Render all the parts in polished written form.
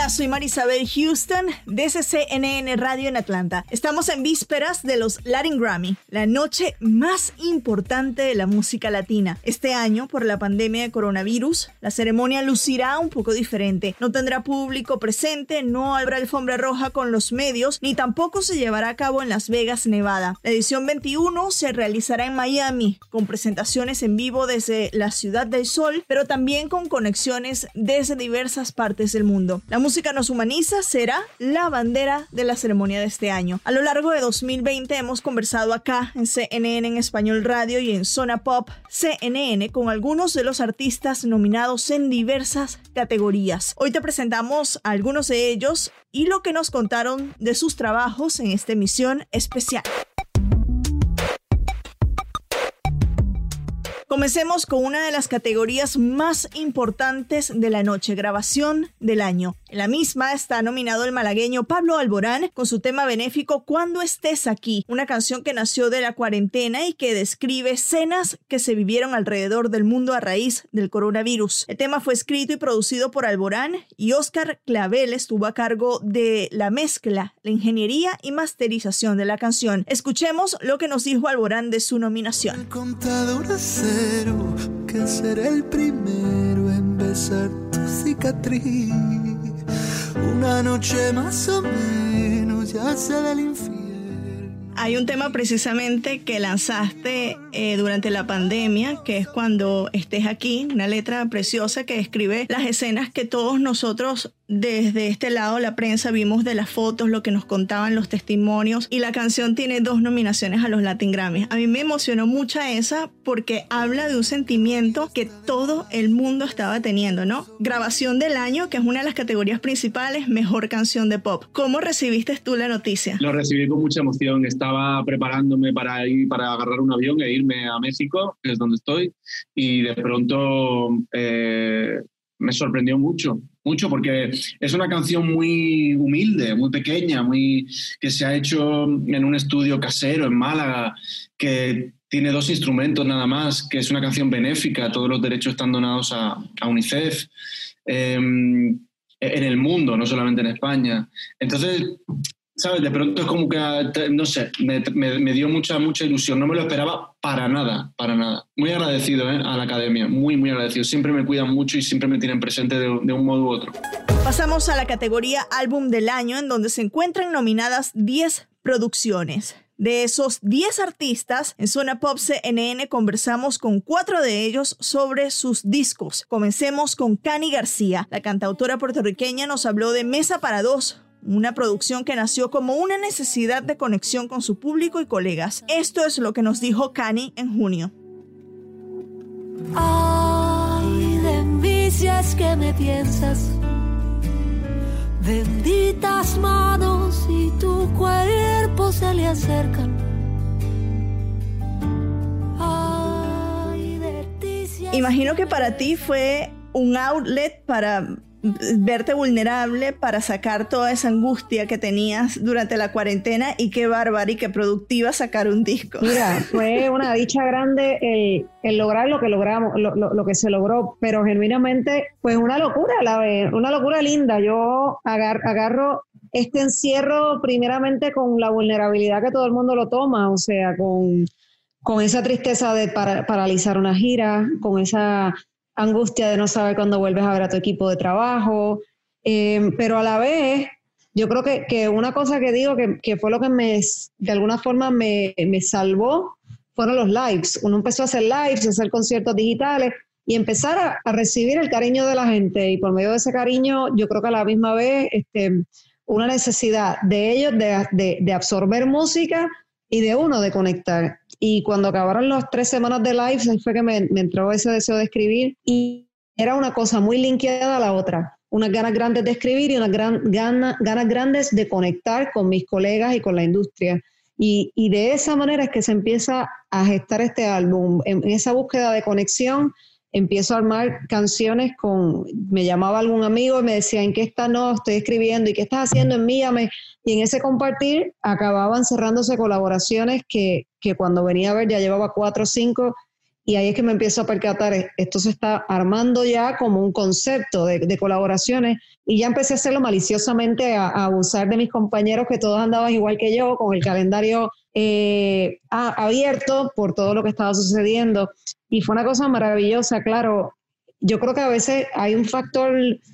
Hola, soy Marisabel Houston desde CNN Radio en Atlanta. Estamos en vísperas de los Latin Grammy, la noche más importante de la música latina. Este año, por la pandemia de coronavirus, la ceremonia lucirá un poco diferente. No tendrá público presente, no habrá alfombra roja con los medios, ni tampoco se llevará a cabo en Las Vegas, Nevada. La edición 21 se realizará en Miami, con presentaciones en vivo desde la Ciudad del Sol, pero también con conexiones desde diversas partes del mundo. La música nos humaniza será la bandera de la ceremonia de este año. A lo largo de 2020 hemos conversado acá en CNN en Español Radio y en Zona Pop CNN con algunos de los artistas nominados en diversas categorías. Hoy te presentamos a algunos de ellos y lo que nos contaron de sus trabajos en esta emisión especial. Comencemos con una de las categorías más importantes de la noche, grabación del año. En la misma está nominado el malagueño Pablo Alborán con su tema benéfico Cuando estés aquí, una canción que nació de la cuarentena y que describe escenas que se vivieron alrededor del mundo a raíz del coronavirus. El tema fue escrito y producido por Alborán y Oscar Clavel estuvo a cargo de la mezcla, la ingeniería y masterización de la canción. Escuchemos lo que nos dijo Alborán de su nominación. El contador que seré el primero en besar tu cicatriz. Una noche más o menos ya sé del infierno. Hay un tema precisamente que lanzaste durante la pandemia, que es Cuando estés aquí, una letra preciosa que describe las escenas que todos nosotros desde este lado, la prensa, vimos de las fotos, lo que nos contaban, los testimonios, y la canción tiene 2 nominaciones a los Latin Grammys. A mí me emocionó mucho esa porque habla de un sentimiento que todo el mundo estaba teniendo, ¿no? Grabación del año, que es una de las categorías principales, mejor canción de pop. ¿Cómo recibiste tú la noticia? Lo recibí con mucha emoción. Estaba preparándome para agarrar un avión e irme a México, que es donde estoy, y de pronto me sorprendió mucho porque es una canción muy humilde, muy pequeña, que se ha hecho en un estudio casero en Málaga, que tiene 2 instrumentos nada más, que es una canción benéfica, todos los derechos están donados a UNICEF en el mundo, no solamente en España. Entonces, ¿sabes? De pronto es como que, no sé, me dio mucha ilusión. No me lo esperaba para nada. Muy agradecido a la Academia, muy agradecido. Siempre me cuidan mucho y siempre me tienen presente de un modo u otro. Pasamos a la categoría Álbum del Año, en donde se encuentran nominadas 10 producciones. De esos 10 artistas, en Zona Pop CNN conversamos con 4 de ellos sobre sus discos. Comencemos con Cani García. La cantautora puertorriqueña nos habló de Mesa para Dos, una producción que nació como una necesidad de conexión con su público y colegas. Esto es lo que nos dijo Cani en junio. Ay, de envicias que me piensas, benditas manos y tu cuerpo se le acercan. Ay, de articias. Imagino que para ti fue un outlet para verte vulnerable, para sacar toda esa angustia que tenías durante la cuarentena, y qué bárbara y qué productiva sacar un disco. Mira, fue una dicha grande el lograr lo que logramos, lo que se logró, pero genuinamente pues una locura una locura linda. Yo agarro este encierro primeramente con la vulnerabilidad que todo el mundo lo toma, o sea, con esa tristeza de paralizar una gira, con esa angustia de no saber cuándo vuelves a ver a tu equipo de trabajo, pero a la vez yo creo que una cosa que digo que fue lo que de alguna forma me salvó fueron los lives. Uno empezó a hacer lives, a hacer conciertos digitales y empezar a recibir el cariño de la gente, y por medio de ese cariño yo creo que a la misma vez una necesidad de ellos de absorber música y de uno de conectar. Y cuando acabaron las 3 semanas de live, fue que me entró ese deseo de escribir, y era una cosa muy linkeada a la otra. Unas ganas grandes de escribir y unas ganas grandes de conectar con mis colegas y con la industria. Y de esa manera es que se empieza a gestar este álbum. En esa búsqueda de conexión empiezo a armar canciones me llamaba algún amigo y me decía, ¿en qué estás? No, estoy escribiendo. ¿Y qué estás haciendo? Envíame. Y en ese compartir acababan cerrándose colaboraciones que cuando venía a ver ya llevaba 4 o 5, Y ahí es que me empiezo a percatar, esto se está armando ya como un concepto de colaboraciones, y ya empecé a hacerlo maliciosamente, a abusar de mis compañeros que todos andaban igual que yo, con el calendario abierto por todo lo que estaba sucediendo. Y fue una cosa maravillosa, claro. Yo creo que a veces hay un factor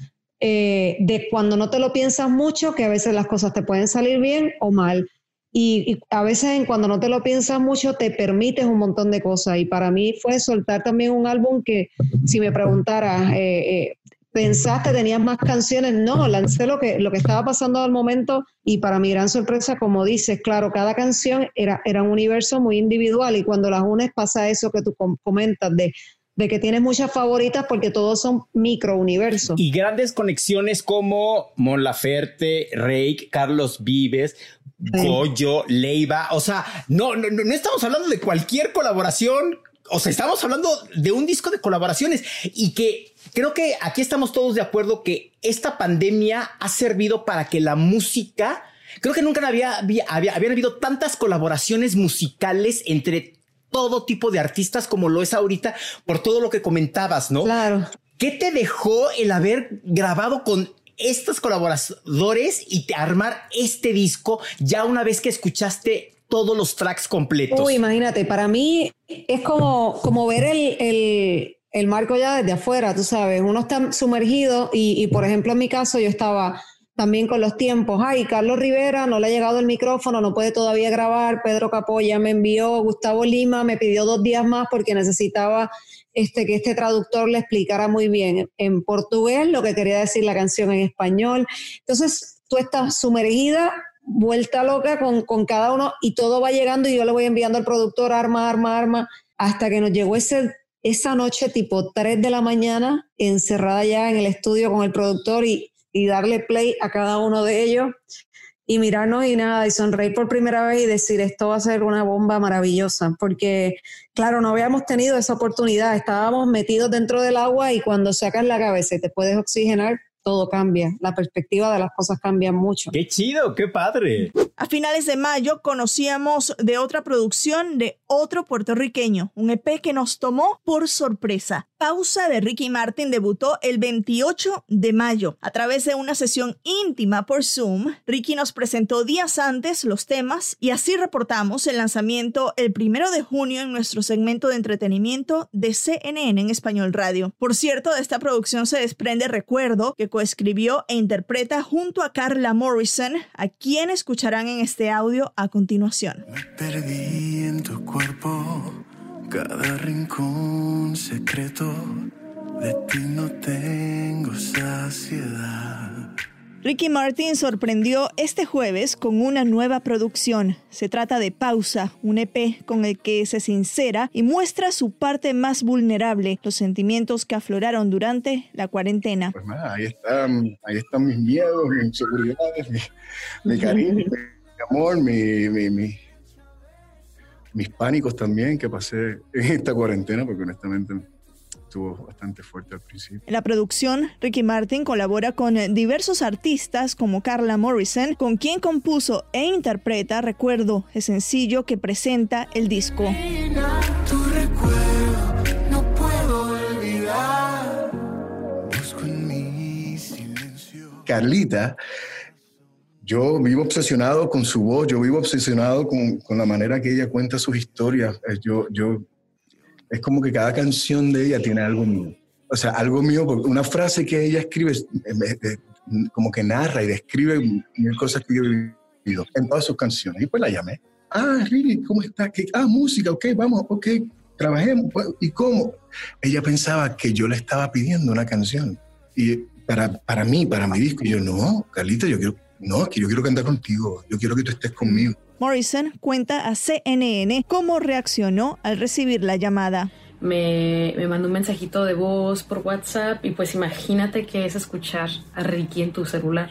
de cuando no te lo piensas mucho, que a veces las cosas te pueden salir bien o mal. Y a veces cuando no te lo piensas mucho te permites un montón de cosas, y para mí fue soltar también un álbum que, si me preguntaras, ¿pensaste, tenías más canciones? No, lancé lo que estaba pasando al momento, y para mi gran sorpresa, como dices, claro, cada canción era un universo muy individual, y cuando las unes pasa eso que tú comentas de que tienes muchas favoritas porque todos son microuniversos. Y grandes conexiones como Mon Laferte, Reik, Carlos Vives, Goyo, Leiva. O sea, no estamos hablando de cualquier colaboración. O sea, estamos hablando de un disco de colaboraciones, y que creo que aquí estamos todos de acuerdo que esta pandemia ha servido para que la música, creo que nunca habían habido tantas colaboraciones musicales entre todo tipo de artistas como lo es ahorita, por todo lo que comentabas, ¿no? Claro. ¿Qué te dejó el haber grabado con estos colaboradores y armar este disco ya una vez que escuchaste todos los tracks completos? Uy, imagínate, para mí es como ver el marco ya desde afuera, tú sabes, uno está sumergido y por ejemplo en mi caso yo estaba también con los tiempos. Carlos Rivera no le ha llegado el micrófono, no puede todavía grabar. Pedro Capó ya me envió. Gustavo Lima me pidió 2 días más porque necesitaba que este traductor le explicara muy bien en portugués lo que quería decir la canción en español. Entonces tú estás sumergida, vuelta loca con cada uno, y todo va llegando y yo le voy enviando al productor arma, hasta que nos llegó esa noche tipo 3 de la mañana, encerrada ya en el estudio con el productor, y darle play a cada uno de ellos y mirarnos y nada, y sonreír por primera vez y decir, esto va a ser una bomba maravillosa, porque claro, no habíamos tenido esa oportunidad, estábamos metidos dentro del agua, y cuando sacas la cabeza y te puedes oxigenar, todo cambia, la perspectiva de las cosas cambia mucho. ¡Qué chido, qué padre! A finales de mayo conocíamos de otra producción de otro puertorriqueño, un EP que nos tomó por sorpresa. Pausa de Ricky Martin debutó el 28 de mayo. A través de una sesión íntima por Zoom, Ricky nos presentó días antes los temas, y así reportamos el lanzamiento el 1 de junio en nuestro segmento de entretenimiento de CNN en Español Radio. Por cierto, de esta producción se desprende Recuerdo, que coescribió e interpreta junto a Carla Morrison, a quien escucharán en este audio a continuación. Me perdí en tu cuerpo, cada rincón secreto, de ti no tengo saciedad. Ricky Martin sorprendió este jueves con una nueva producción. Se trata de Pausa, un EP con el que se sincera y muestra su parte más vulnerable, los sentimientos que afloraron durante la cuarentena. Pues nada, ahí están mis miedos, mis inseguridades, mi cariño, mi amor, mis pánicos también que pasé en esta cuarentena, porque honestamente estuvo bastante fuerte al principio. En la producción, Ricky Martin colabora con diversos artistas como Carla Morrison, con quien compuso e interpreta Recuerdo, el sencillo que presenta el disco. Tu recuerdo no puedo olvidar, busco en mi silencio. Carlita, yo vivo obsesionado con su voz, yo vivo obsesionado con la manera que ella cuenta sus historias. Es como que cada canción de ella tiene algo mío. O sea, algo mío, porque una frase que ella escribe como que narra y describe mil cosas que yo he vivido en todas sus canciones. Y pues la llamé. Riri, ¿cómo está? Música, ok, vamos, ok, trabajemos. ¿Y cómo? Ella pensaba que yo le estaba pidiendo una canción. Y para mí, para mi disco, y yo, no, Carlita, yo quiero cantar contigo, yo quiero que tú estés conmigo. Morrison cuenta a CNN cómo reaccionó al recibir la llamada. Me mandó un mensajito de voz por WhatsApp, y pues imagínate que es escuchar a Ricky en tu celular.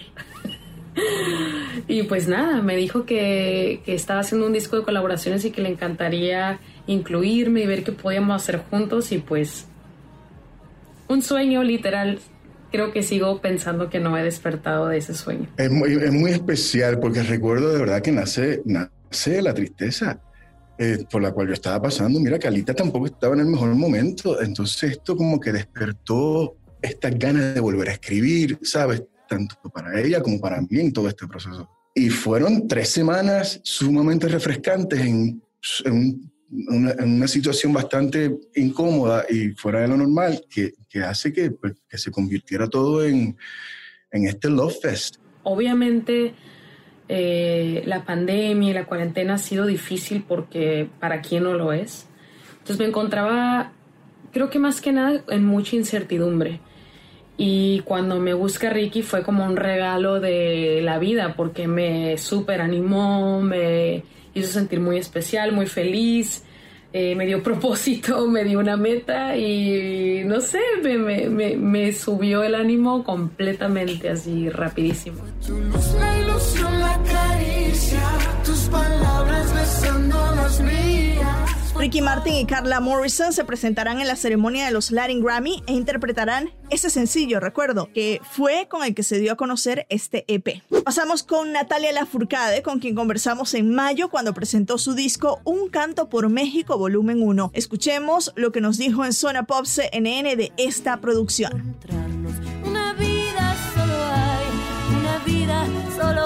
Y pues nada, me dijo que estaba haciendo un disco de colaboraciones y que le encantaría incluirme y ver qué podíamos hacer juntos, y pues un sueño literal. Creo que sigo pensando que no he despertado de ese sueño. Es muy especial porque recuerdo de verdad que nace de la tristeza. por la cual yo estaba pasando. Mira, Calita tampoco estaba en el mejor momento. Entonces esto como que despertó estas ganas de volver a escribir, ¿sabes? Tanto para ella como para mí en todo este proceso. Y fueron 3 semanas sumamente refrescantes en una situación bastante incómoda y fuera de lo normal, que hace que se convirtiera todo en este Love Fest. Obviamente la pandemia y la cuarentena ha sido difícil porque para quién no lo es. Entonces me encontraba, creo que más que nada, en mucha incertidumbre. Y cuando me busca Ricky fue como un regalo de la vida porque me súper animó, me hizo sentir muy especial, muy feliz, me dio propósito, me dio una meta y no sé, me subió el ánimo completamente así rapidísimo. Tu luz, la ilusión, la caricia, tus palabras besando las mías. Ricky Martin y Carla Morrison se presentarán en la ceremonia de los Latin Grammy e interpretarán ese sencillo, recuerdo, que fue con el que se dio a conocer este EP. Pasamos con Natalia Lafourcade, con quien conversamos en mayo cuando presentó su disco Un Canto por México Volumen 1. Escuchemos lo que nos dijo en Zona Pop CNN de esta producción. Una vida solo hay, una vida solo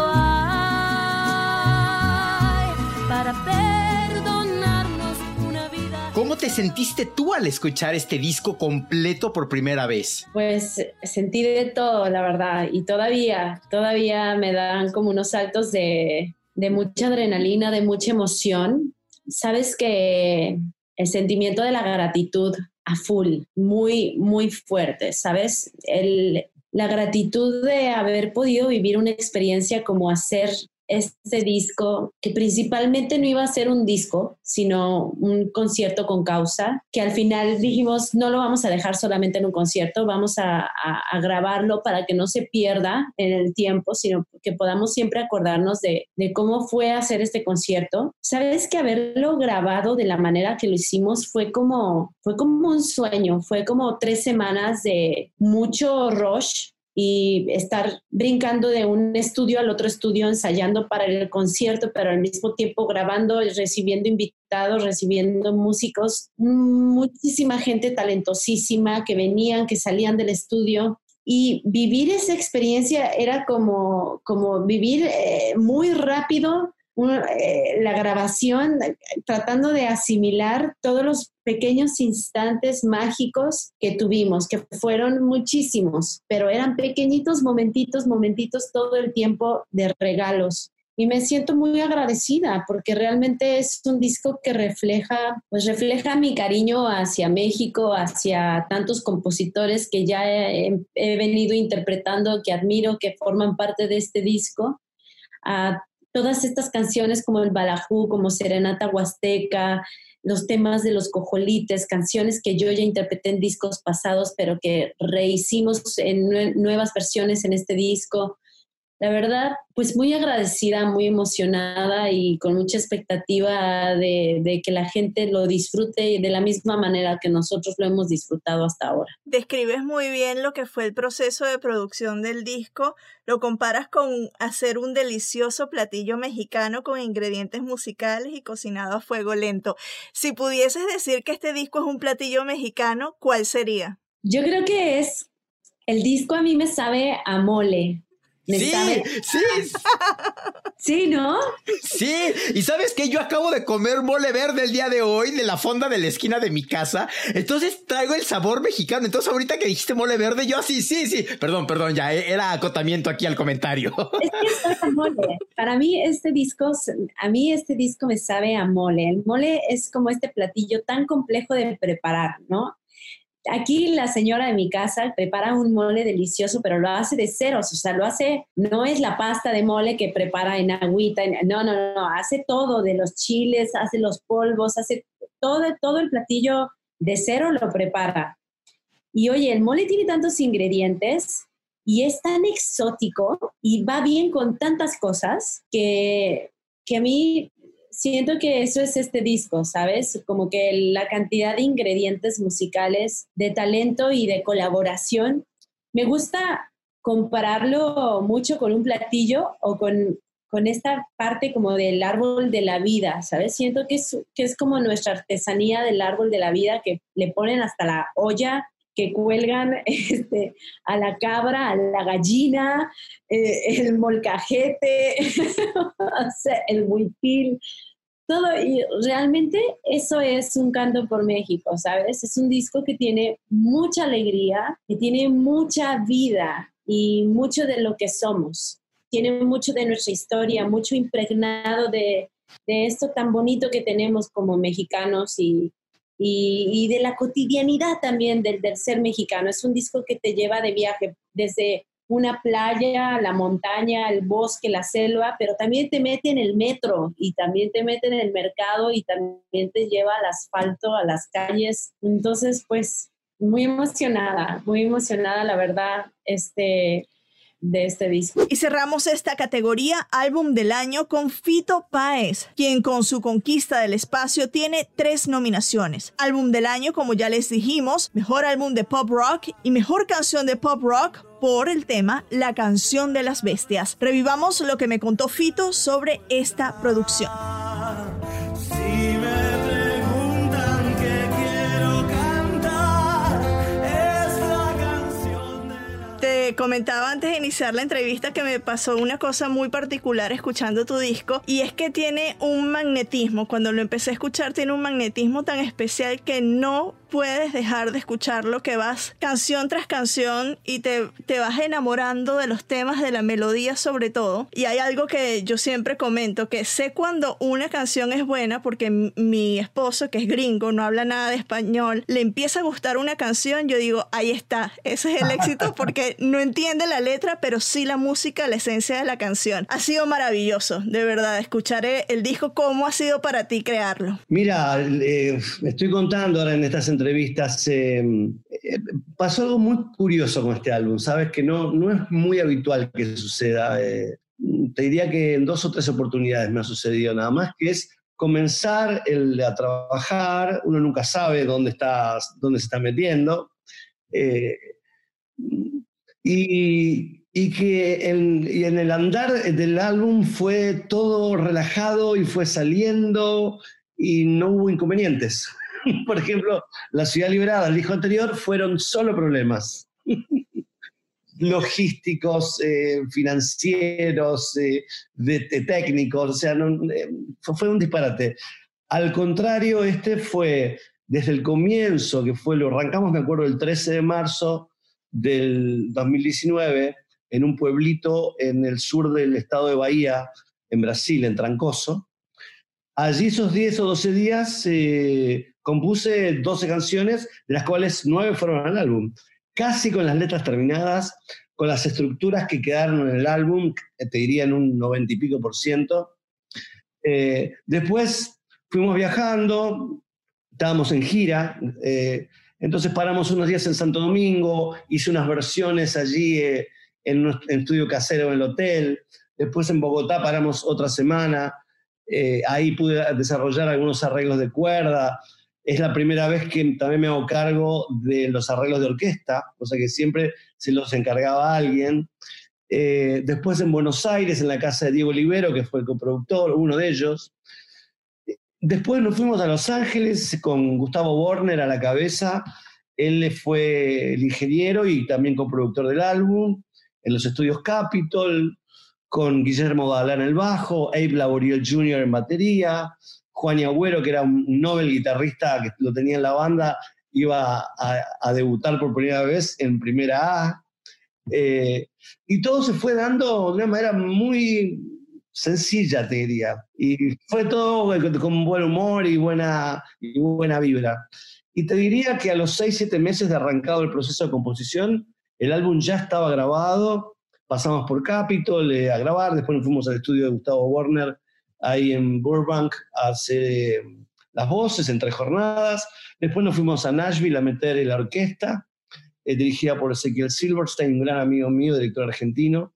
hay para perdonarnos una vida. ¿Cómo te sentiste tú al escuchar este disco completo por primera vez? Pues sentí de todo, la verdad, y todavía me dan como unos saltos de mucha adrenalina, de mucha emoción. Sabes que el sentimiento de la gratitud a full, muy, muy fuerte, ¿sabes? La gratitud de haber podido vivir una experiencia como hacer este disco, que principalmente no iba a ser un disco, sino un concierto con causa, que al final dijimos, no lo vamos a dejar solamente en un concierto, vamos a grabarlo para que no se pierda en el tiempo, sino que podamos siempre acordarnos de cómo fue hacer este concierto. Sabes que haberlo grabado de la manera que lo hicimos fue como un sueño, fue como 3 semanas de mucho rush, y estar brincando de un estudio al otro estudio, ensayando para el concierto, pero al mismo tiempo grabando, recibiendo invitados, recibiendo músicos, muchísima gente talentosísima que venían, que salían del estudio. Y vivir esa experiencia era como vivir muy rápido la grabación, tratando de asimilar todos los pequeños instantes mágicos que tuvimos, que fueron muchísimos, pero eran pequeñitos momentitos todo el tiempo de regalos. Y me siento muy agradecida porque realmente es un disco que refleja mi cariño hacia México, hacia tantos compositores que ya he venido interpretando, que admiro, que forman parte de este disco, a todas estas canciones como el Balajú, como Serenata Huasteca, los temas de los Cojolites, canciones que yo ya interpreté en discos pasados, pero que rehicimos en nuevas versiones en este disco. La verdad, pues muy agradecida, muy emocionada y con mucha expectativa de que la gente lo disfrute de la misma manera que nosotros lo hemos disfrutado hasta ahora. Describes muy bien lo que fue el proceso de producción del disco. Lo comparas con hacer un delicioso platillo mexicano con ingredientes musicales y cocinado a fuego lento. Si pudieses decir que este disco es un platillo mexicano, ¿cuál sería? Yo creo que el disco a mí me sabe a mole. Sí. Sí, ¿no? Sí, y ¿sabes qué? Yo acabo de comer mole verde el día de hoy de la fonda de la esquina de mi casa, entonces traigo el sabor mexicano. Entonces ahorita que dijiste mole verde, yo así, sí. Perdón, ya era acotamiento aquí al comentario. Es que es mole. Para mí este disco me sabe a mole. El mole es como este platillo tan complejo de preparar, ¿no? Aquí la señora de mi casa prepara un mole delicioso, pero lo hace de ceros, o sea, no es la pasta de mole que prepara en agüita, no, hace todo, de los chiles, hace los polvos, hace todo el platillo de cero lo prepara. Y oye, el mole tiene tantos ingredientes y es tan exótico y va bien con tantas cosas que a mí siento que eso es este disco, ¿sabes? Como que la cantidad de ingredientes musicales, de talento y de colaboración. Me gusta compararlo mucho con un platillo o con con esta parte como del árbol de la vida, ¿sabes? Siento que es como nuestra artesanía del árbol de la vida, que le ponen hasta la olla, que cuelgan a la cabra, a la gallina, el molcajete, o sea, el huipil, todo. Y realmente eso es un canto por México, ¿sabes? Es un disco que tiene mucha alegría, que tiene mucha vida y mucho de lo que somos. Tiene mucho de nuestra historia, mucho impregnado de esto tan bonito que tenemos como mexicanos y de la cotidianidad también del ser mexicano. Es un disco que te lleva de viaje desde una playa, la montaña, el bosque, la selva, pero también te mete en el metro y también te mete en el mercado y también te lleva al asfalto, a las calles. Entonces, pues, muy emocionada, la verdad, de este disco. Y cerramos esta categoría Álbum del Año con Fito Páez, quien con su Conquista del Espacio tiene 3 nominaciones. Álbum del Año, como ya les dijimos, Mejor Álbum de Pop Rock y Mejor Canción de Pop Rock por el tema La Canción de las Bestias. Revivamos lo que me contó Fito sobre esta producción. Te comentaba antes de iniciar la entrevista que me pasó una cosa muy particular escuchando tu disco, y es que tiene un magnetismo. Cuando lo empecé a escuchar, tiene un magnetismo tan especial que no puedes dejar de escucharlo, que vas canción tras canción y te vas enamorando de los temas, de la melodía sobre todo. Y hay algo que yo siempre comento, que sé cuando una canción es buena porque mi esposo, que es gringo, no habla nada de español, le empieza a gustar una canción, yo digo, ahí está, ese es el éxito, porque no entiende la letra, pero sí la música, la esencia de la canción. Ha sido maravilloso, de verdad, escuchar el disco. ¿Cómo ha sido para ti crearlo? Mira, estoy contando ahora en estas entrevistas, pasó algo muy curioso con este álbum, ¿sabes? Que no es muy habitual que suceda. Te diría que en 2 o 3 oportunidades me ha sucedido nada más, que es comenzar a trabajar, uno nunca sabe dónde se está metiendo, y que en el andar del álbum fue todo relajado y fue saliendo y no hubo inconvenientes. Por ejemplo, La Ciudad Liberada, el disco anterior, fueron solo problemas logísticos, financieros, técnicos, o sea, fue un disparate. Al contrario, este fue desde el comienzo, que lo arrancamos, me acuerdo, el 13 de marzo del 2019, en un pueblito en el sur del estado de Bahía, en Brasil, en Trancoso. Allí esos 10 o 12 días compuse 12 canciones, de las cuales 9 fueron al álbum, casi con las letras terminadas, con las estructuras que quedaron en el álbum, te diría en un 90 y pico %. Después fuimos viajando, estábamos en gira, entonces paramos unos días en Santo Domingo, hice unas versiones allí en un estudio casero en el hotel. Después en Bogotá paramos otra semana, ahí pude desarrollar algunos arreglos de cuerda. Es la primera vez que también me hago cargo de los arreglos de orquesta, cosa que siempre se los encargaba a alguien. Después en Buenos Aires, en la casa de Diego Olivero, que fue el coproductor, uno de ellos. Después nos fuimos a Los Ángeles con Gustavo Borner a la cabeza. Él fue el ingeniero y también coproductor del álbum, en los estudios Capitol, con Guillermo Dalán en el bajo, Abe Laboriel Jr. en batería, Juan Agüero, que era un Nobel guitarrista que lo tenía en la banda, iba a debutar por primera vez en Primera A. Y todo se fue dando de una manera muy sencilla, te diría. Y fue todo con buen humor y buena vibra. Y te diría que a los 6-7 meses de arrancado el proceso de composición, el álbum ya estaba grabado, pasamos por Capitol a grabar, después nos fuimos al estudio de Gustavo Borner, ahí en Burbank, a hacer las voces en 3 jornadas. Después nos fuimos a Nashville a meter la orquesta, dirigida por Ezequiel Silverstein, un gran amigo mío, director argentino.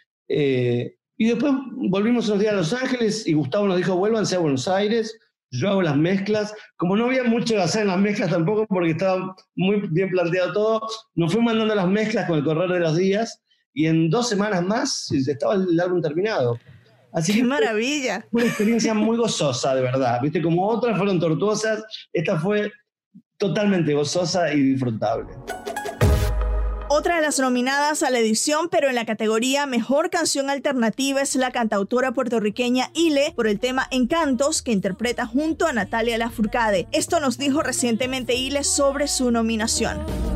Y después volvimos unos días a Los Ángeles y Gustavo nos dijo, vuélvanse a Buenos Aires, yo hago las mezclas. Como no había mucho que hacer en las mezclas tampoco, porque estaba muy bien planteado todo, nos fue mandando las mezclas con el correr de los días y en 2 semanas más estaba el álbum terminado. Así ¡Qué que maravilla! Fue una experiencia muy gozosa, de verdad. Viste, como otras fueron tortuosas, esta fue totalmente gozosa y disfrutable. Otra de las nominadas a la edición, pero en la categoría Mejor Canción Alternativa, es la cantautora puertorriqueña Ile por el tema Encantos, que interpreta junto a Natalia Lafourcade. Esto nos dijo recientemente Ile sobre su nominación.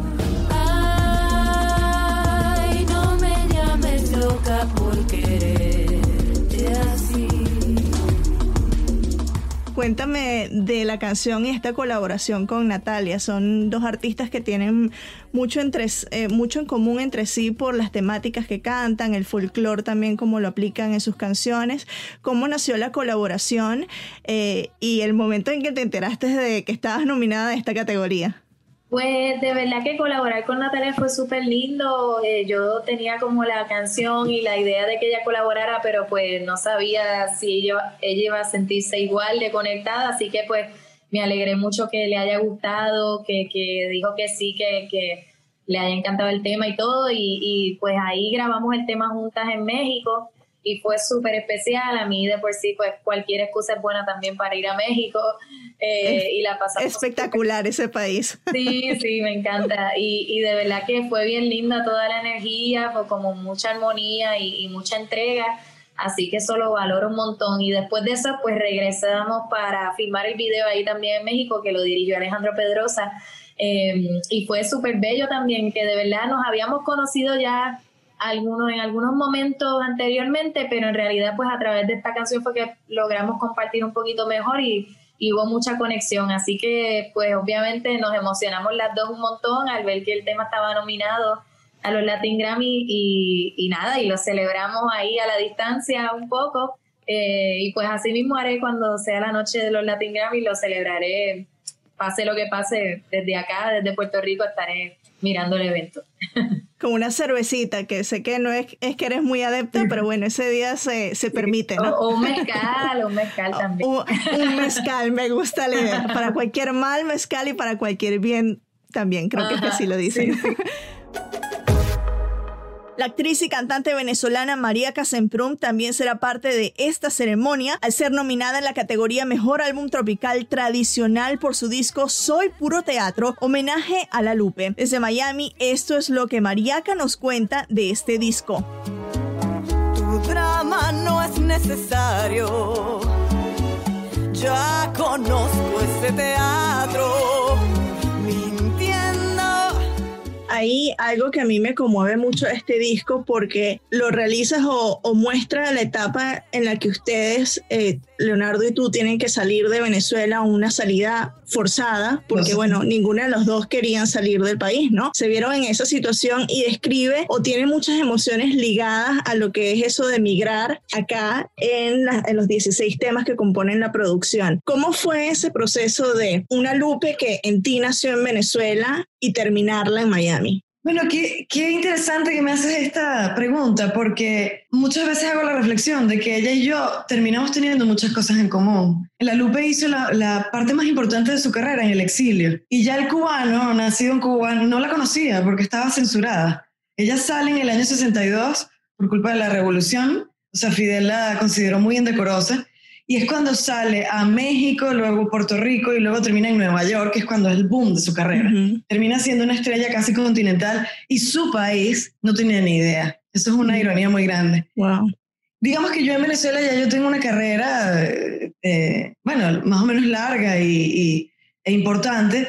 Ay, no me llames loca por quererte así. Cuéntame de la canción y esta colaboración con Natalia. Son dos artistas que tienen mucho en común entre sí por las temáticas que cantan, el folclore también como lo aplican en sus canciones. ¿Cómo nació la colaboración y el momento en que te enteraste de que estabas nominada a esta categoría? Pues de verdad que colaborar con Natalia fue súper lindo. Yo tenía como la canción y la idea de que ella colaborara, pero pues no sabía si ella iba a sentirse igual de conectada, así que pues me alegré mucho que le haya gustado, que dijo que sí, que le haya encantado el tema y todo, y pues ahí grabamos el tema juntas en México y fue súper especial. A mí de por sí pues cualquier excusa es buena también para ir a México. Y la pasamos espectacular ese país. Sí, me encanta y de verdad que fue bien linda toda la energía, fue como mucha armonía y mucha entrega, así que eso lo valoro un montón. Y después de eso pues regresamos para filmar el video ahí también en México, que lo dirigió Alejandro Pedrosa, y fue súper bello también, que de verdad nos habíamos conocido ya en algunos momentos anteriormente, pero en realidad pues a través de esta canción fue que logramos compartir un poquito mejor y hubo mucha conexión, así que pues obviamente nos emocionamos las dos un montón al ver que el tema estaba nominado a los Latin Grammy y nada, y lo celebramos ahí a la distancia un poco, y pues así mismo haré cuando sea la noche de los Latin Grammy, lo celebraré, pase lo que pase, desde acá, desde Puerto Rico estaré mirando el evento. Con una cervecita, que sé que no es que eres muy adepta, pero bueno, ese día se permite, ¿no? O un mezcal también. Un mezcal, me gusta la idea. Para cualquier mal, mezcal, y para cualquier bien también, creo que es que así lo dicen. Sí. La actriz y cantante venezolana Mariaca Semprún también será parte de esta ceremonia al ser nominada en la categoría Mejor Álbum Tropical Tradicional por su disco Soy Puro Teatro, homenaje a La Lupe. Desde Miami, esto es lo que Mariaca nos cuenta de este disco. Tu drama no es necesario, ya conozco ese teatro. Hay algo que a mí me conmueve mucho este disco, porque lo realizas o muestra la etapa en la que ustedes, Leonardo y tú, tienen que salir de Venezuela, una salida forzada, porque bueno, ninguno de los dos querían salir del país, ¿no? Se vieron en esa situación y describe o tiene muchas emociones ligadas a lo que es eso de migrar acá en los 16 temas que componen la producción. ¿Cómo fue ese proceso de una Lupe que en ti nació en Venezuela y terminarla en Miami? Bueno, qué interesante que me haces esta pregunta, porque muchas veces hago la reflexión de que ella y yo terminamos teniendo muchas cosas en común. La Lupe hizo la parte más importante de su carrera en el exilio, y ya el cubano, nacido en Cuba, no la conocía porque estaba censurada. Ella sale en el año 62 por culpa de la revolución, o sea, Fidel la consideró muy indecorosa, y es cuando sale a México, luego Puerto Rico y luego termina en Nueva York, que es cuando es el boom de su carrera. Termina siendo una estrella casi continental y su país no tenía ni idea. Eso es una ironía muy grande. Wow. Digamos que yo en Venezuela ya yo tengo una carrera, bueno, más o menos larga e importante,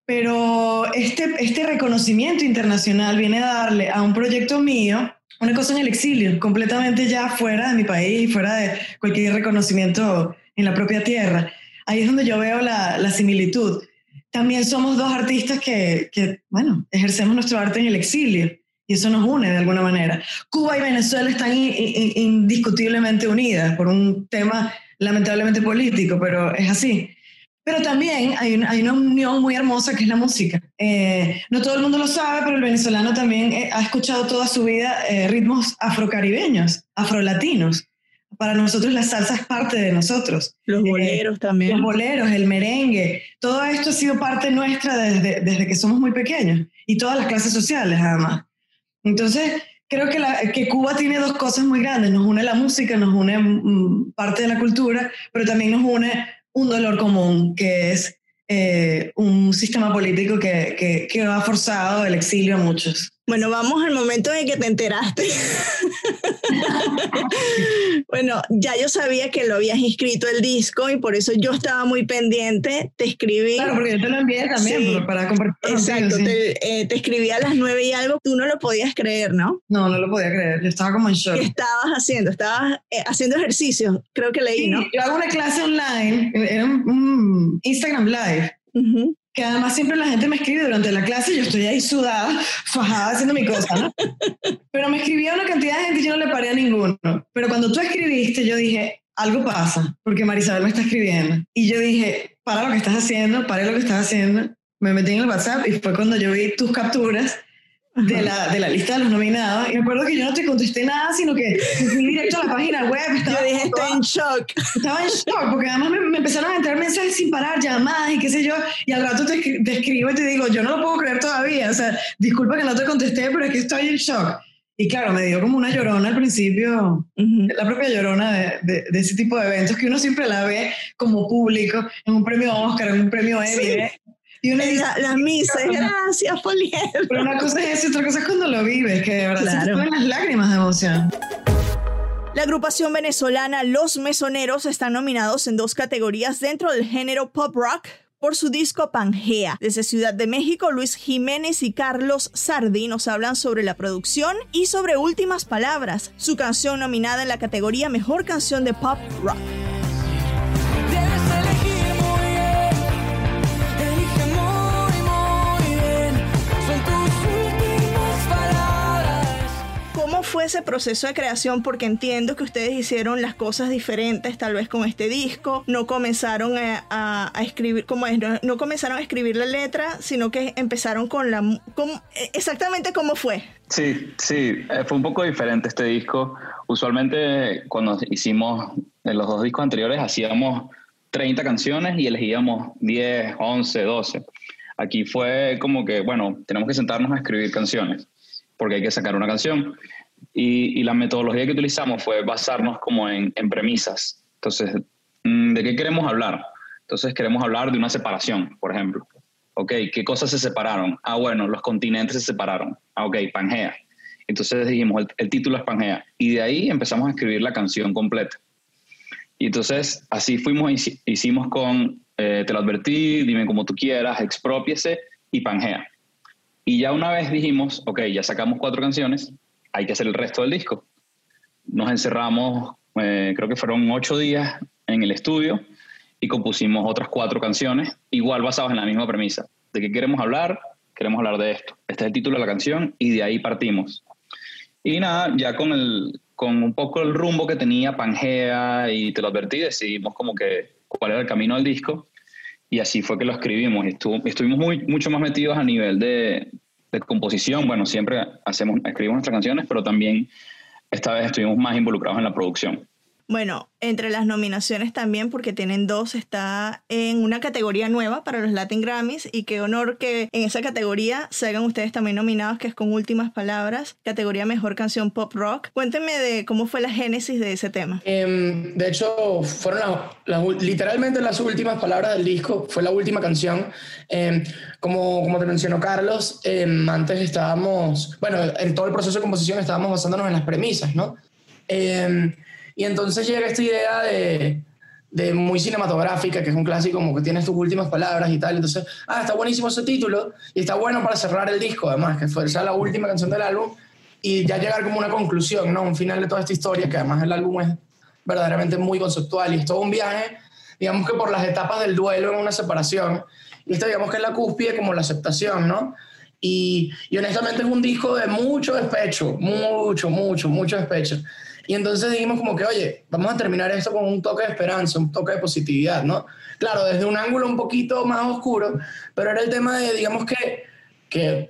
pero este reconocimiento internacional viene a darle a un proyecto mío una cosa en el exilio, completamente ya fuera de mi país, fuera de cualquier reconocimiento en la propia tierra. Ahí es donde yo veo la similitud. También somos dos artistas que, bueno, ejercemos nuestro arte en el exilio y eso nos une de alguna manera. Cuba y Venezuela están indiscutiblemente unidas por un tema lamentablemente político, pero es así. Pero también hay una unión muy hermosa que es la música. No todo el mundo lo sabe, pero el venezolano también ha escuchado toda su vida ritmos afrocaribeños, afrolatinos. Para nosotros la salsa es parte de nosotros. Los boleros también. Los boleros, el merengue. Todo esto ha sido parte nuestra desde que somos muy pequeños. Y todas las clases sociales, además. Entonces, creo que Cuba tiene dos cosas muy grandes. Nos une la música, nos une parte de la cultura, pero también nos une un dolor común, que es un sistema político que ha forzado el exilio a muchos. Bueno, vamos al momento en que te enteraste. Bueno, ya yo sabía que lo habías inscrito el disco y por eso yo estaba muy pendiente. Te escribí. Claro, porque yo te lo envié también, sí, para compartir. Exacto, contigo, sí. Te escribí a las 9 y algo. Tú no lo podías creer, ¿no? No lo podía creer. Yo estaba como en shock. ¿Qué estabas haciendo? Estabas haciendo ejercicios, creo que leí, sí, ¿no? Yo hago una clase online, era un Instagram Live. Uh-huh. Que además siempre la gente me escribe durante la clase y yo estoy ahí sudada, fajada, haciendo mi cosa, ¿no? Pero me escribía una cantidad de gente y yo no le paré a ninguno. Pero cuando tú escribiste, yo dije, algo pasa, porque Marisabel me está escribiendo. Y yo dije, para lo que estás haciendo, paré lo que estás haciendo. Me metí en el WhatsApp y fue cuando yo vi tus capturas de la lista de los nominados. Y me acuerdo que yo no te contesté nada, sino que fui directo a la página web. Yo dije, estoy en shock. Estaba en shock, porque además me empezaron a entrar mensajes sin parar, llamadas y qué sé yo, y al rato te escribo y te digo, yo no lo puedo creer todavía, o sea, disculpa que no te contesté, pero es que estoy en shock. Y claro, me dio como una llorona al principio, la propia llorona de ese tipo de eventos que uno siempre la ve como público, en un premio Oscar, en un premio Emmy, sí. Y uno dice, las misas, gracias, Poliedro. Pero una cosa es eso, otra cosa es cuando lo vives, que de verdad se te ponen las lágrimas de emoción. La agrupación venezolana Los Mesoneros están nominados en 2 categorías dentro del género pop rock por su disco Pangea. Desde Ciudad de México, Luis Jiménez y Carlos Sardi nos hablan sobre la producción y sobre Últimas Palabras, su canción nominada en la categoría Mejor Canción de Pop Rock. ¿Cómo fue ese proceso de creación? Porque entiendo que ustedes hicieron las cosas diferentes, tal vez con este disco. No comenzaron a escribir, ¿cómo es? No comenzaron a escribir la letra, sino que empezaron exactamente cómo fue. Sí, fue un poco diferente este disco. Usualmente cuando hicimos los 2 discos anteriores hacíamos 30 canciones y elegíamos 10, 11, 12. Aquí fue como que, bueno, tenemos que sentarnos a escribir canciones porque hay que sacar una canción. Y la metodología que utilizamos fue basarnos como en premisas. Entonces, ¿de qué queremos hablar? Entonces, queremos hablar de una separación, por ejemplo. Ok, ¿qué cosas se separaron? Ah, bueno, los continentes se separaron. Ah, ok, Pangea. Entonces dijimos, el título es Pangea. Y de ahí empezamos a escribir la canción completa. Y entonces, así hicimos con Te lo advertí, Dime como tú quieras, Exprópiese y Pangea. Y ya una vez dijimos, ok, ya sacamos 4 canciones, hay que hacer el resto del disco. Nos encerramos, creo que fueron 8 días en el estudio y compusimos otras 4 canciones, igual basadas en la misma premisa. ¿De qué queremos hablar? Queremos hablar de esto. Este es el título de la canción y de ahí partimos. Y nada, ya con un poco el rumbo que tenía Pangea y Te lo advertí, decidimos como que cuál era el camino del disco y así fue que lo escribimos. Estuvimos mucho más metidos a nivel de composición. Bueno, siempre escribimos nuestras canciones, pero también esta vez estuvimos más involucrados en la producción. Bueno, entre las nominaciones también, porque tienen 2, está en una categoría nueva para los Latin Grammys, y qué honor que en esa categoría se hagan ustedes también nominados, que es con Últimas Palabras, categoría Mejor Canción Pop Rock. Cuéntenme de cómo fue la génesis de ese tema. De hecho, fueron literalmente las últimas palabras del disco, fue la última canción. Como te mencionó Carlos, antes estábamos, bueno, en todo el proceso de composición estábamos basándonos en las premisas, ¿no? Y entonces llega esta idea de muy cinematográfica, que es un clásico, como que tienes tus últimas palabras y tal. Entonces, está buenísimo ese título y está bueno para cerrar el disco, además, que fue la última canción del álbum y ya llegar como una conclusión, ¿no? Un final de toda esta historia, que además el álbum es verdaderamente muy conceptual y es todo un viaje, digamos que por las etapas del duelo en una separación. Y esto, digamos que es la cúspide como la aceptación, ¿no? Y honestamente es un disco de mucho despecho, mucho despecho. Y entonces dijimos como que, oye, vamos a terminar esto con un toque de esperanza, un toque de positividad, ¿no? Claro, desde un ángulo un poquito más oscuro, pero era el tema de, digamos que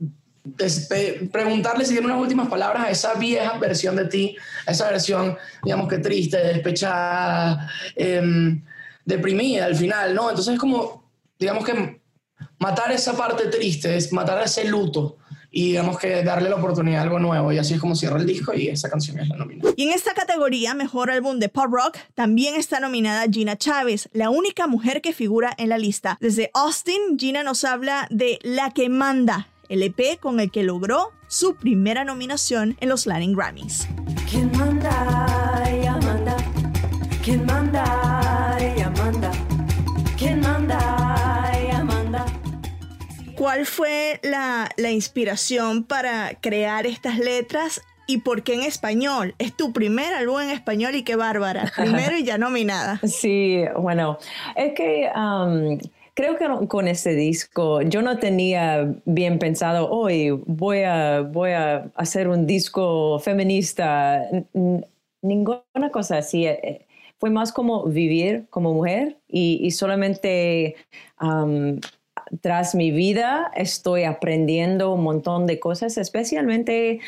preguntarle si tiene unas últimas palabras a esa vieja versión de ti, a esa versión, digamos que triste, despechada, deprimida al final, ¿no? Entonces es como, digamos que matar esa parte triste, es matar ese luto y digamos que darle la oportunidad a algo nuevo, y así es como cierra el disco y esa canción es la nominada. Y en esta categoría, Mejor Álbum de Pop Rock, también está nominada Gina Chávez, la única mujer que figura en la lista. Desde Austin, Gina nos habla de La que Manda, el EP con el que logró su primera nominación en los Latin Grammys. ¿Quién manda? Ella manda. ¿Quién manda? Ella manda. ¿Quién manda? Ella manda. ¿Cuál fue la inspiración para crear estas letras y por qué en español? Es tu primer álbum en español y qué bárbara. Primero y ya nominada. Sí, bueno, es que creo que con este disco yo no tenía bien pensado, hoy voy a hacer un disco feminista, ninguna cosa así. Fue más como vivir como mujer y solamente tras mi vida estoy aprendiendo un montón de cosas, especialmente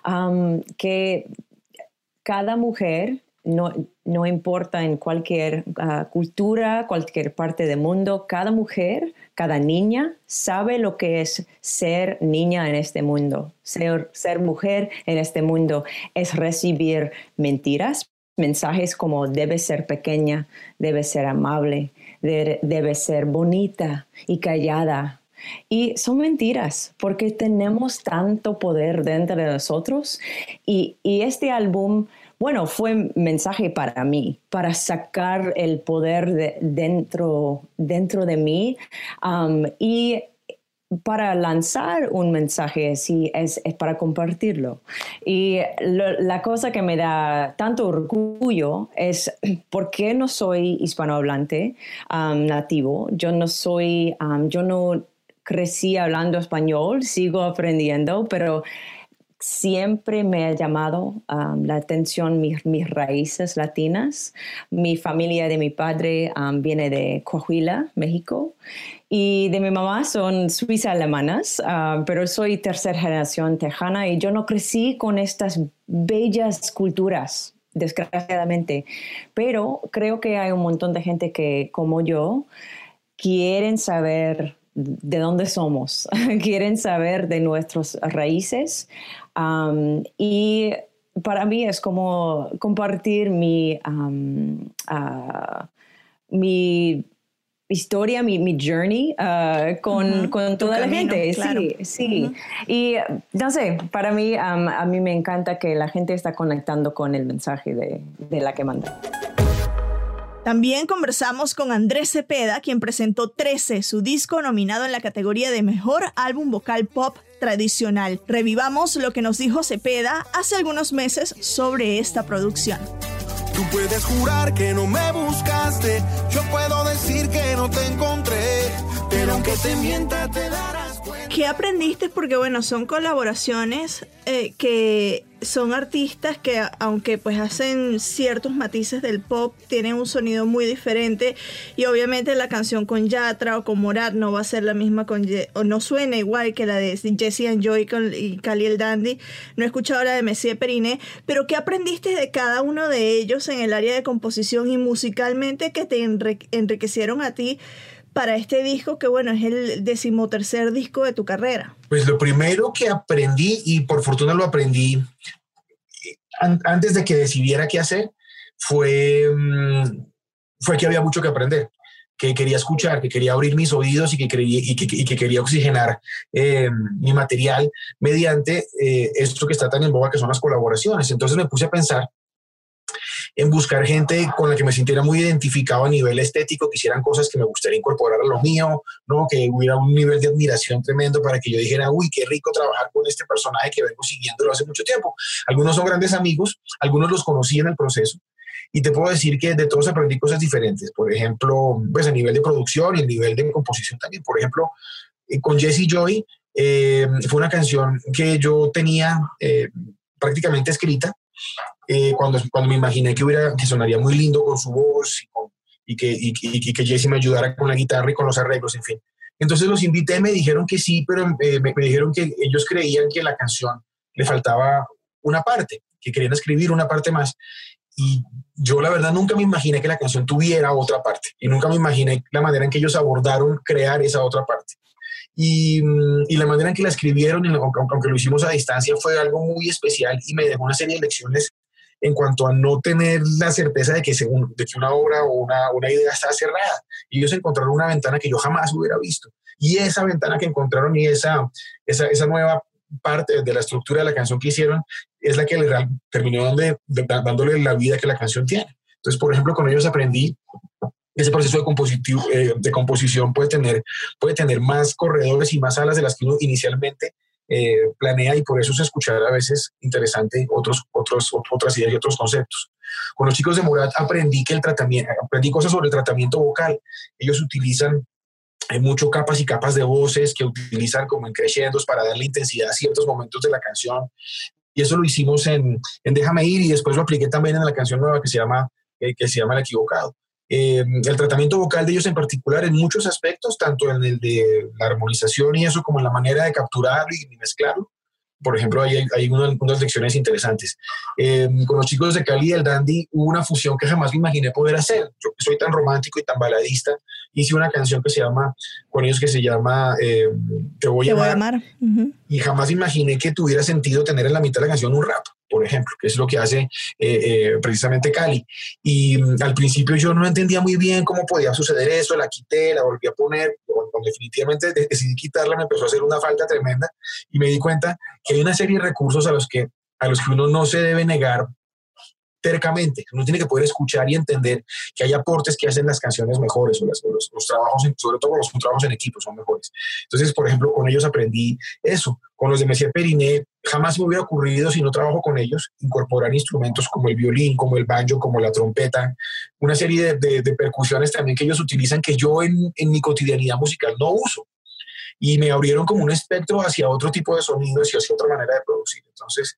que cada mujer, no importa en cualquier cultura, cualquier parte del mundo, cada mujer, cada niña sabe lo que es ser niña en este mundo. Ser mujer en este mundo es recibir mentiras, mensajes como debes ser pequeña, debes ser amable, debes ser bonita y callada. Y son mentiras porque tenemos tanto poder dentro de nosotros y este álbum, bueno, fue mensaje para mí, para sacar el poder dentro de mí y para lanzar un mensaje así es para compartirlo. Y la cosa que me da tanto orgullo es por qué no soy hispanohablante nativo. Yo no crecí hablando español, sigo aprendiendo, pero siempre me ha llamado la atención mis raíces latinas. Mi familia de mi padre viene de Coahuila, México, y de mi mamá son suiza-alemanas, pero soy tercera generación tejana y yo no crecí con estas bellas culturas, desgraciadamente. Pero creo que hay un montón de gente que, como yo, quieren saber de dónde somos, quieren saber de nuestras raíces. Y para mí es como compartir mi historia, mi journey con toda la gente. Claro. Sí. Y no sé, para mí, a mí me encanta que la gente está conectando con el mensaje de La que Manda. También conversamos con Andrés Cepeda, quien presentó 13, su disco nominado en la categoría de Mejor Álbum Vocal Pop Tradicional. Revivamos lo que nos dijo Cepeda hace algunos meses sobre esta producción. Tú puedes jurar que no me buscaste, yo puedo decir que no te encontré, pero aunque te mienta te darás cuenta. ¿Qué aprendiste? Porque bueno, son colaboraciones que son artistas que aunque pues hacen ciertos matices del pop, tienen un sonido muy diferente y obviamente la canción con Yatra o con Morat no va a ser la misma o no suena igual que la de Jesse and Joy y Cali el Dandy. No he escuchado la de Messier Periné, pero ¿qué aprendiste de cada uno de ellos en el área de composición y musicalmente que te enriquecieron a ti para este disco, que bueno, es el 13º disco de tu carrera? Pues lo primero que aprendí, y por fortuna lo aprendí antes de que decidiera qué hacer, fue que había mucho que aprender, que quería escuchar, que quería abrir mis oídos y que quería oxigenar mi material mediante esto que está tan en boga, que son las colaboraciones. Entonces me puse a pensar en buscar gente con la que me sintiera muy identificado a nivel estético, que hicieran cosas que me gustaría incorporar a lo mío, ¿no? Que hubiera un nivel de admiración tremendo para que yo dijera, uy, qué rico trabajar con este personaje que vengo siguiéndolo hace mucho tiempo. Algunos son grandes amigos, algunos los conocí en el proceso, y te puedo decir que de todos aprendí cosas diferentes. Por ejemplo, pues a nivel de producción y a nivel de composición también. Por ejemplo, con Jesse Joy fue una canción que yo tenía prácticamente escrita, cuando me imaginé que sonaría muy lindo con su voz y que Jesse me ayudara con la guitarra y con los arreglos, en fin. Entonces los invité, me dijeron que sí, pero me dijeron que ellos creían que la canción le faltaba una parte, que querían escribir una parte más. Y yo la verdad nunca me imaginé que la canción tuviera otra parte y nunca me imaginé la manera en que ellos abordaron crear esa otra parte. Y la manera en que la escribieron, aunque lo hicimos a distancia, fue algo muy especial y me dejó una serie de lecciones en cuanto a no tener la certeza de que una obra o una idea está cerrada. Y ellos encontraron una ventana que yo jamás hubiera visto. Y esa ventana que encontraron y esa nueva parte de la estructura de la canción que hicieron es la que terminó dándole la vida que la canción tiene. Entonces, por ejemplo, con ellos aprendí ese proceso de composición puede tener más corredores y más alas de las que uno inicialmente planea, y por eso es escuchar a veces interesante otras ideas y otros conceptos. Con los chicos de Murat aprendí cosas sobre el tratamiento vocal. Ellos utilizan mucho capas y capas de voces que utilizan como en crescendos para darle intensidad a ciertos momentos de la canción, y eso lo hicimos en Déjame Ir, y después lo apliqué también en la canción nueva que se llama El Equivocado. El tratamiento vocal de ellos en particular, en muchos aspectos, tanto en el de la armonización y eso, como en la manera de capturarlo y mezclarlo. Por ejemplo, hay unas lecciones interesantes. Con los chicos de Cali y el Dandy hubo una fusión que jamás me imaginé poder hacer. Yo que soy tan romántico y tan baladista, hice una canción con ellos que se llama Te voy a amar. Uh-huh. Y jamás imaginé que tuviera sentido tener en la mitad de la canción un rap, por ejemplo, que es lo que hace precisamente Cali. Y al principio yo no entendía muy bien cómo podía suceder eso, la quité, la volví a poner. Cuando definitivamente decidí quitarla, me empezó a hacer una falta tremenda, y me di cuenta que hay una serie de recursos a los que uno no se debe negar tercamente. Uno tiene que poder escuchar y entender que hay aportes que hacen las canciones mejores, o los trabajos, sobre todo los trabajos en equipo, son mejores. Entonces, por ejemplo, con ellos aprendí eso. Con los de Messier Periné jamás me hubiera ocurrido, si no trabajo con ellos, incorporar instrumentos como el violín, como el banjo, como la trompeta, una serie de percusiones también que ellos utilizan, que yo en mi cotidianidad musical no uso. Y me abrieron como un espectro hacia otro tipo de sonidos y hacia otra manera de producir. Entonces,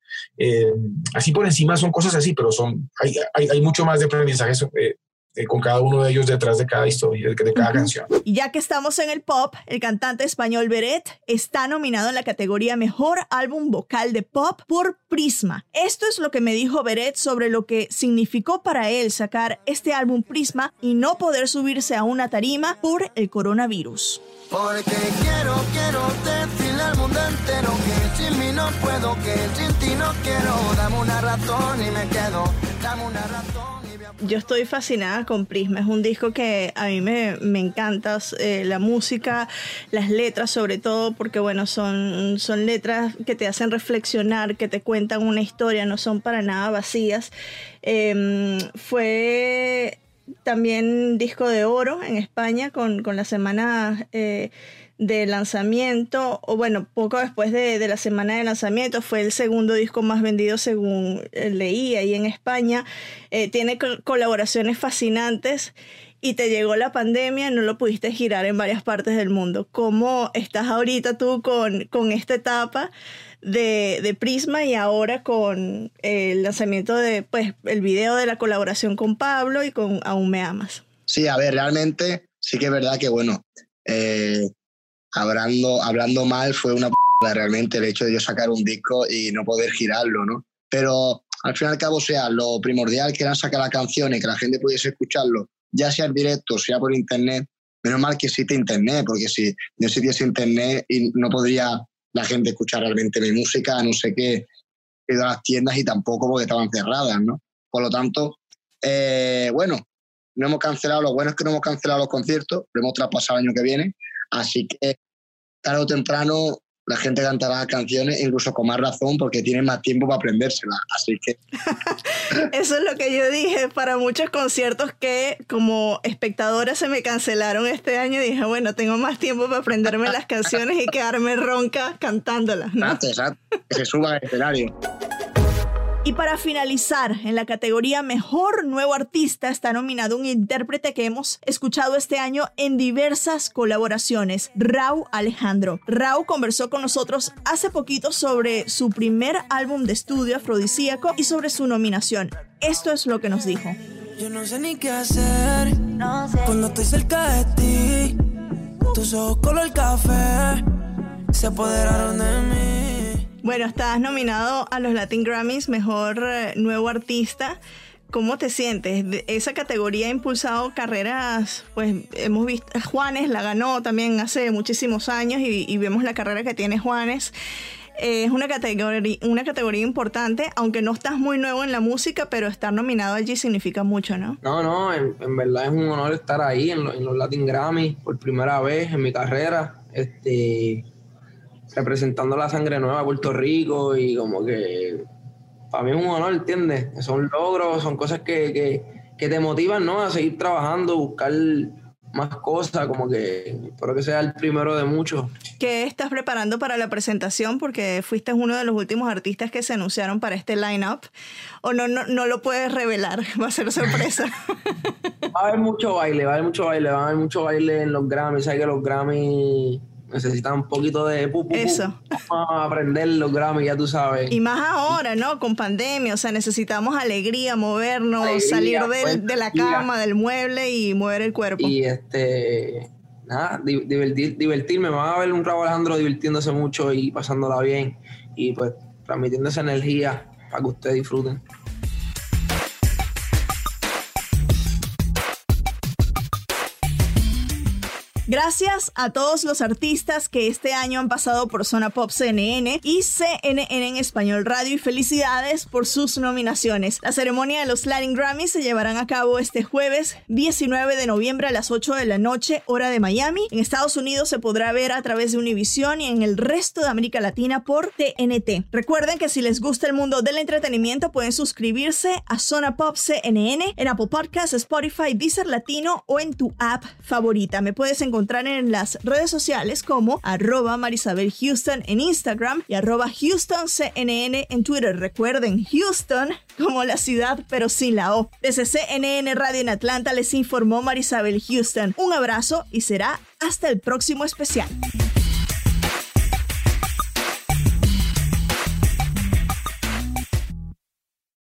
así por encima son cosas así, pero hay mucho más de aprendizaje con cada uno de ellos detrás de cada historia, de cada canción. Y ya que estamos en el pop, el cantante español Beret está nominado en la categoría Mejor Álbum Vocal de Pop por Prisma. Esto es lo que me dijo Beret sobre lo que significó para él sacar este álbum Prisma y no poder subirse a una tarima por el coronavirus. Porque quiero decirle al mundo entero que sin mí no puedo, que sin ti no quiero. Dame una razón y me quedo, dame una razón. Yo estoy fascinada con Prisma. Es un disco que a mí me encanta, la música, las letras sobre todo, porque bueno, son letras que te hacen reflexionar, que te cuentan una historia, no son para nada vacías. Fue también disco de oro en España con la semana de lanzamiento, o bueno, poco después de la semana de lanzamiento. Fue el segundo disco más vendido según leí ahí en España. Tiene colaboraciones fascinantes, y te llegó la pandemia, no lo pudiste girar en varias partes del mundo. ¿Cómo estás ahorita tú con esta etapa de Prisma, y ahora con el lanzamiento de el video de la colaboración con Pablo y con Aún Me Amas? Sí, a ver, realmente sí que es verdad que bueno, hablando mal fue una realmente el hecho de yo sacar un disco y no poder girarlo, ¿no? Pero al fin y al cabo, sea lo primordial que era sacar la canción y que la gente pudiese escucharlo, ya sea en directo, sea por internet. Menos mal que existe internet, porque si no existiese internet y no podría la gente escuchar realmente mi música, no sé qué, he ido a las tiendas y tampoco porque estaban cerradas, ¿no? Por lo tanto, bueno, no hemos cancelado, lo bueno es que no hemos cancelado los conciertos, lo hemos traspasado el año que viene, así que tarde o temprano la gente cantará canciones, incluso con más razón, porque tienen más tiempo para aprendérselas, así que... Eso es lo que yo dije para muchos conciertos que como espectadora se me cancelaron este año. Dije, bueno, tengo más tiempo para aprenderme las canciones y quedarme ronca cantándolas, ¿no? Exacto, que se suba al escenario. Y para finalizar, en la categoría Mejor Nuevo Artista está nominado un intérprete que hemos escuchado este año en diversas colaboraciones, Rauw Alejandro. Rauw conversó con nosotros hace poquito sobre su primer álbum de estudio, Afrodisíaco, y sobre su nominación. Esto es lo que nos dijo. Yo no sé ni qué hacer cuando estoy cerca de ti. Tus ojos color café se apoderaron de mí. Bueno, estás nominado a los Latin Grammys Mejor Nuevo Artista ¿Cómo te sientes? Esa categoría ha impulsado carreras, pues hemos visto, Juanes la ganó también hace muchísimos años y vemos la carrera que tiene Juanes. Es una categoría importante, aunque no estás muy nuevo en la música, pero estar nominado allí significa mucho, ¿no? No, en verdad es un honor estar ahí en los Latin Grammy por primera vez en mi carrera, representando la sangre nueva de Puerto Rico, y como que para mí es un honor, ¿entiendes? Son logros, son cosas que te motivan, ¿no? A seguir trabajando, buscar más cosas, como que espero que sea el primero de muchos. ¿Qué estás preparando para la presentación? Porque fuiste uno de los últimos artistas que se anunciaron para este line-up. ¿O no lo puedes revelar? Va a ser sorpresa. Va a haber mucho baile, va a haber mucho baile en los Grammys. Sabes que los Grammys necesitan un poquito de eso. Vamos a aprender los Grammys, ya tú sabes. Y más ahora, ¿no? Con pandemia, o sea, necesitamos alegría, movernos, salir de la cama, del mueble y mover el cuerpo. Y nada, divertirme. Van a ver un Rauw Alejandro divirtiéndose mucho y pasándola bien, y pues transmitiendo esa energía para que ustedes disfruten. Gracias a todos los artistas que este año han pasado por Zona Pop CNN y CNN en Español Radio, y felicidades por sus nominaciones. La ceremonia de los Latin Grammys se llevarán a cabo este jueves 19 de noviembre a las 8 de la noche, hora de Miami. En Estados Unidos se podrá ver a través de Univision y en el resto de América Latina por TNT. Recuerden que si les gusta el mundo del entretenimiento pueden suscribirse a Zona Pop CNN en Apple Podcasts, Spotify, Deezer Latino o en tu app favorita. Me puedes encontrar en las redes sociales como @MarisabelHouston en Instagram y @HoustonCNN en Twitter. Recuerden, Houston como la ciudad pero sin la O. Desde CNN Radio en Atlanta les informó Marisabel Houston. Un abrazo y será hasta el próximo especial.